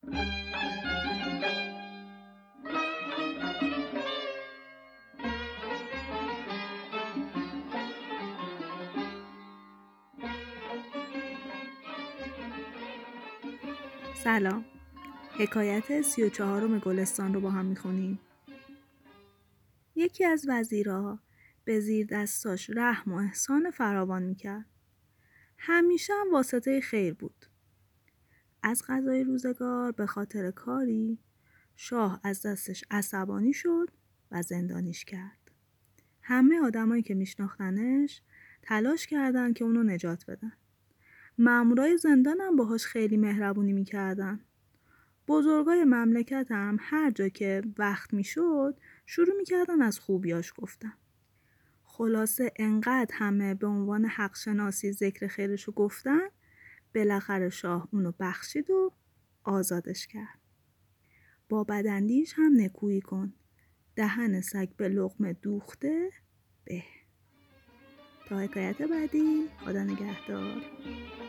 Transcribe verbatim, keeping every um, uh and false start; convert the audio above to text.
سلام. حکایت سی و چهارم گلستان رو با هم میخونیم. یکی از وزیرها به زیر دستاش رحم و احسان فراوان میکرد. همیشه هم واسطه خیر بود. از قضای روزگار به خاطر کاری شاه از دستش عصبانی شد و زندانیش کرد. همه آدمایی که میشناختنش تلاش کردن که اونو نجات بدن. مامورای زندان هم باهاش خیلی مهربونی میکردن. بزرگای مملکت هم هر جا که وقت میشد شروع میکردن از خوبیاش گفتن. خلاصه انقدر همه به عنوان حق شناسی ذکر خیرشو گفتن، بالاخره شاه اونو بخشید و آزادش کرد. با بداندیش هم نکویی کن، دهن سگ به لقمه دوخته به. تا حکایت بعدی، خدا نگهدار.